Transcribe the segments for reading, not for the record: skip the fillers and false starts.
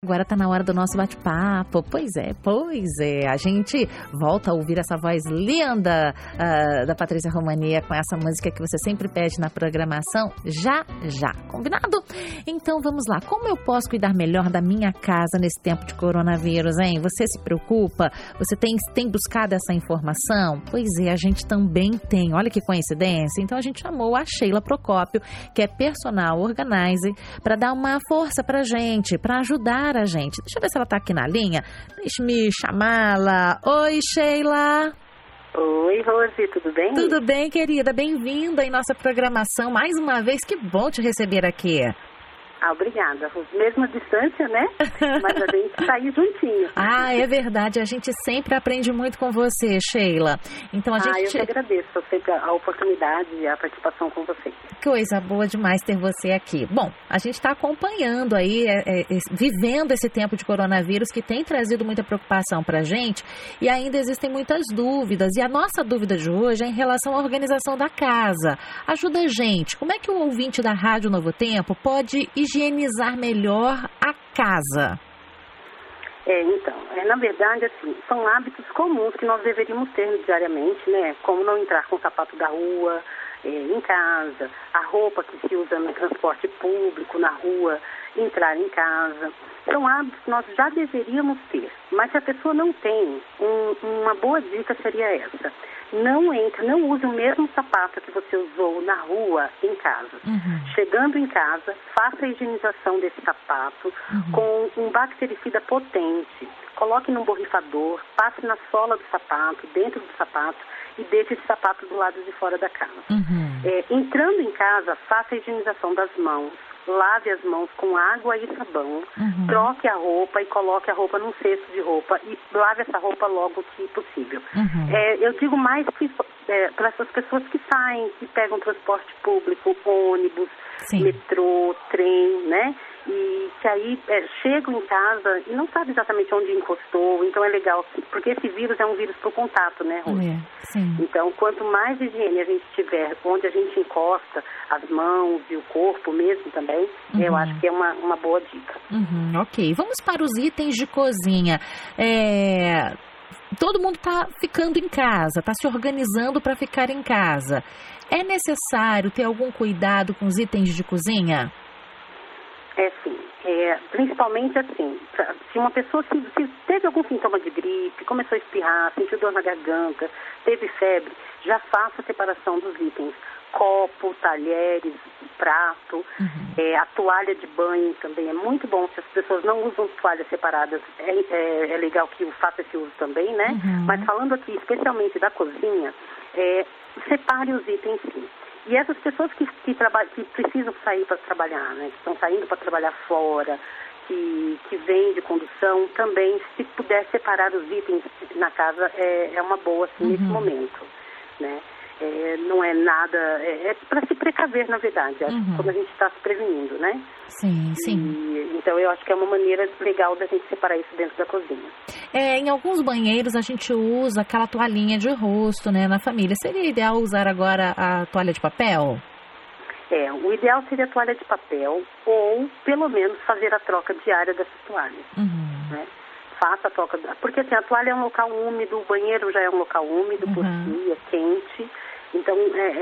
Agora tá na hora do nosso bate-papo. Pois é. A gente volta a ouvir essa voz linda da Patrícia Romania com essa música que você sempre pede na programação. Já. Combinado? Então vamos lá. Como eu posso cuidar melhor da minha casa nesse tempo de coronavírus, hein? Você se preocupa? Você tem buscado essa informação? Pois é, a gente também tem. Olha que coincidência. Então a gente chamou a Sheila Procópio, que é personal organizer, para dar uma força pra gente, para ajudar a gente. Deixa eu ver se ela tá aqui na linha. Deixa-me chamá-la. Oi, Sheila. Oi, Rose, tudo bem? Tudo bem, querida. Bem-vinda em nossa programação. Mais uma vez, que bom te receber aqui. Obrigada. Mesma distância, né? Mas a gente tá aí juntinho. É verdade. A gente sempre aprende muito com você, Sheila. Então eu que agradeço sempre a oportunidade e a participação com você. Coisa boa demais ter você aqui. Bom, a gente está acompanhando aí, vivendo esse tempo de coronavírus que tem trazido muita preocupação para a gente e ainda existem muitas dúvidas. E a nossa dúvida de hoje é em relação à organização da casa. Ajuda a gente. Como é que o ouvinte da Rádio Novo Tempo pode higienizar melhor a casa? Na verdade, assim, são hábitos comuns que nós deveríamos ter diariamente, né? Como não entrar com o sapato da rua, em casa, a roupa que se usa no transporte público, na rua, entrar em casa. São hábitos que nós já deveríamos ter, mas se a pessoa não tem, uma boa dica seria essa. Não use o mesmo sapato que você usou na rua em casa. Chegando em casa, faça a higienização desse sapato com um bactericida potente. Coloque num borrifador, passe na sola do sapato, dentro do sapato e deixe esse sapato do lado de fora da casa. Entrando em casa, faça a higienização das mãos. Lave as mãos com água e sabão, troque a roupa e coloque a roupa num cesto de roupa e lave essa roupa logo que possível. Eu digo mais que para essas pessoas que saem, que pegam transporte público, ônibus, metrô, trem, né? E que aí chegam em casa e não sabe exatamente onde encostou, então é legal, porque esse vírus é um vírus por contato, né, Rose? Então, quanto mais higiene a gente tiver, onde a gente encosta as mãos e o corpo mesmo também, eu acho que é uma boa dica. Ok, vamos para os itens de cozinha. Todo mundo está ficando em casa, está se organizando para ficar em casa. É necessário ter algum cuidado com os itens de cozinha? Sim. Principalmente assim, se uma pessoa se teve algum sintoma de gripe, começou a espirrar, sentiu dor na garganta, teve febre, já faça a separação dos itens. Copo, talheres, prato, a toalha de banho também é muito bom. Se as pessoas não usam toalhas separadas, é legal que faça esse uso também, né? Mas falando aqui especialmente da cozinha, separe os itens sim. E essas pessoas que precisam sair para trabalhar, né? Que estão saindo para trabalhar fora, que vêm de condução, também, se puder separar os itens na casa, é uma boa, assim, nesse momento, né? Não é nada, é para se precaver, na verdade, quando a gente está se prevenindo, né? Sim. Então, eu acho que é uma maneira legal da gente separar isso dentro da cozinha. Em alguns banheiros a gente usa aquela toalhinha de rosto, né, na família. Seria ideal usar agora a toalha de papel? O ideal seria a toalha de papel ou, pelo menos, fazer a troca diária dessas toalhas, né? Faça a troca, porque assim, a toalha é um local úmido, o banheiro já é um local úmido por si, é quente, então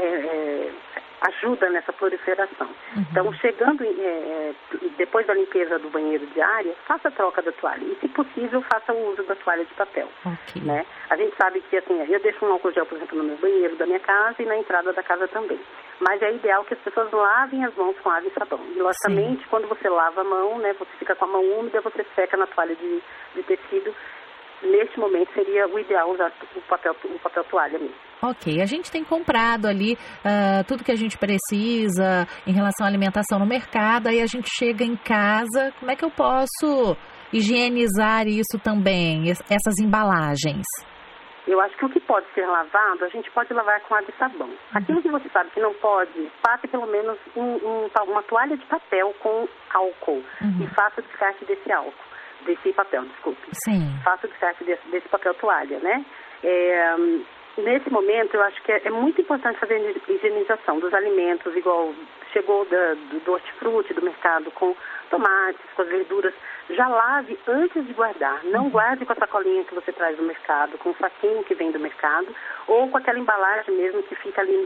ajuda nessa proliferação. Então, chegando, depois da limpeza do banheiro diária, faça a troca da toalha e, se possível, faça o uso da toalha de papel. Né? A gente sabe que, assim, eu deixo um álcool gel, por exemplo, no meu banheiro da minha casa e na entrada da casa também. Mas é ideal que as pessoas lavem as mãos com água e sabão. E, logicamente, quando você lava a mão, né, você fica com a mão úmida, você seca na toalha de tecido. Neste momento seria o ideal usar o papel toalha mesmo. Ok, a gente tem comprado ali tudo que a gente precisa em relação à alimentação no mercado, aí a gente chega em casa, como é que eu posso higienizar isso também, essas embalagens? Eu acho que o que pode ser lavado, a gente pode lavar com água e sabão. Aquilo que você sabe que não pode, passe pelo menos uma toalha de papel com álcool e faça o descarte desse álcool. Desse papel, desculpe. Sim. Faça o descarte desse papel toalha, né? nesse momento, eu acho que é muito importante fazer a higienização dos alimentos, igual chegou do hortifruti, do mercado, com tomates, com as verduras. Já lave antes de guardar. Não guarde com a sacolinha que você traz do mercado, com o saquinho que vem do mercado, ou com aquela embalagem mesmo que fica ali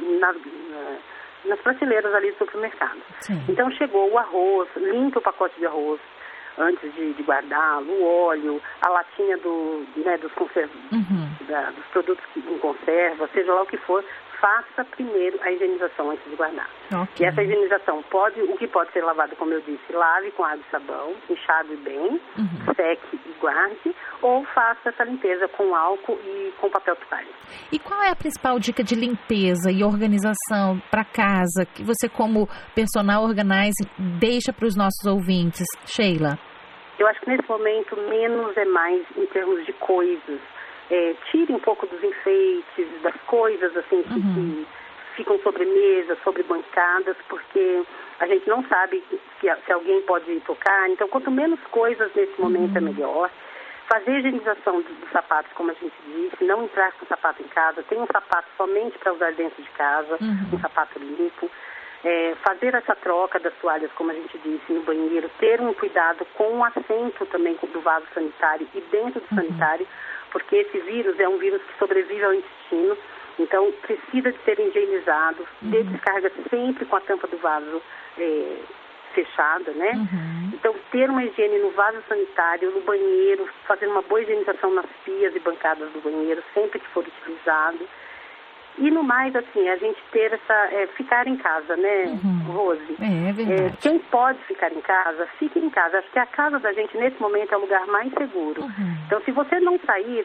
nas prateleiras ali do supermercado. Sim. Então, chegou o arroz, limpa o pacote de arroz antes de guardá-lo, o óleo, a latinha dos produtos em conserva, seja lá o que for, faça primeiro a higienização antes de guardar. Okay. E essa higienização o que pode ser lavado, como eu disse, lave com água e sabão, enxague bem, seque e guarde, ou faça essa limpeza com álcool e com papel toalha. E qual é a principal dica de limpeza e organização para casa que você, como personal organizer, deixa para os nossos ouvintes? Sheila? Eu acho que nesse momento menos é mais em termos de coisas. Tire um pouco dos enfeites, das coisas assim que ficam sobre mesas, sobre bancadas, porque a gente não sabe se alguém pode tocar. Então, quanto menos coisas nesse momento é melhor. Fazer a higienização dos sapatos, como a gente disse, não entrar com o sapato em casa. Tem um sapato somente para usar dentro de casa, um sapato limpo. Fazer essa troca das toalhas, como a gente disse, no banheiro. Ter um cuidado com o assento também do vaso sanitário e dentro do sanitário, porque esse vírus é um vírus que sobrevive ao intestino, então precisa de ser higienizado, ter descarga sempre com a tampa do vaso fechada, né? Então, ter uma higiene no vaso sanitário, no banheiro, fazer uma boa higienização nas pias e bancadas do banheiro, sempre que for utilizado. E no mais, assim, a gente ter ficar em casa, né, Rose? É verdade. Quem pode ficar em casa, fique em casa. Acho que a casa da gente, nesse momento, é o lugar mais seguro. Então, se você não sair,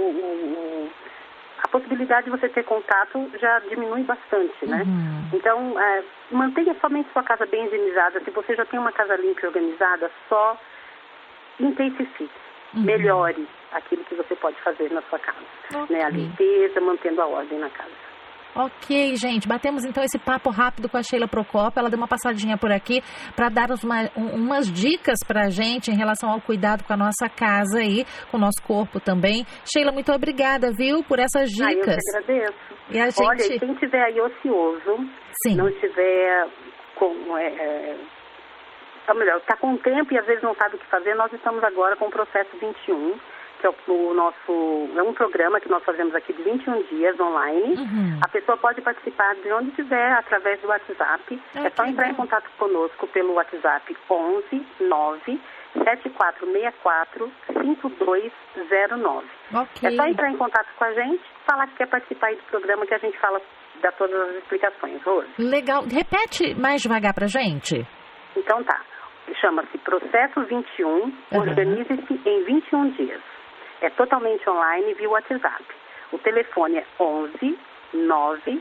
a possibilidade de você ter contato já diminui bastante, né? Então, mantenha somente sua casa bem higienizada. Se você já tem uma casa limpa e organizada, só intensifique, melhore aquilo que você pode fazer na sua casa. Okay. Né? A limpeza, mantendo a ordem na casa. Ok, gente, batemos então esse papo rápido com a Sheila Procópio. Ela deu uma passadinha por aqui para dar umas dicas para a gente em relação ao cuidado com a nossa casa aí, com o nosso corpo também. Sheila, muito obrigada, viu, por essas dicas. Eu que agradeço. E a gente... Olha, quem estiver aí ocioso, não estiver com... melhor, está com tempo e às vezes não sabe o que fazer, nós estamos agora com o Processo 21, que é um programa que nós fazemos aqui de 21 dias online. A pessoa pode participar de onde estiver, através do WhatsApp. É só entrar em contato conosco pelo WhatsApp 11 9 7464 5209. Okay. É só entrar em contato com a gente, falar que quer participar aí do programa, que a gente dá todas as explicações. Rose. Legal. Repete mais devagar pra gente. Então tá. Chama-se Processo 21, organize-se em 21 dias. É totalmente online via WhatsApp. O telefone é 11 9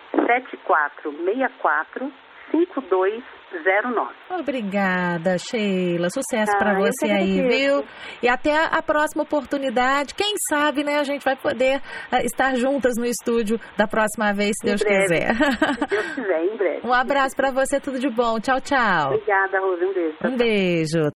7464 5209. Obrigada, Sheila. Sucesso para você aí, viu? E até a próxima oportunidade. Quem sabe, né, a gente vai poder estar juntas no estúdio da próxima vez, se Deus quiser. Se Deus quiser, em breve. Um abraço para você, tudo de bom. Tchau, tchau. Obrigada, Rosa. Um beijo. Um beijo.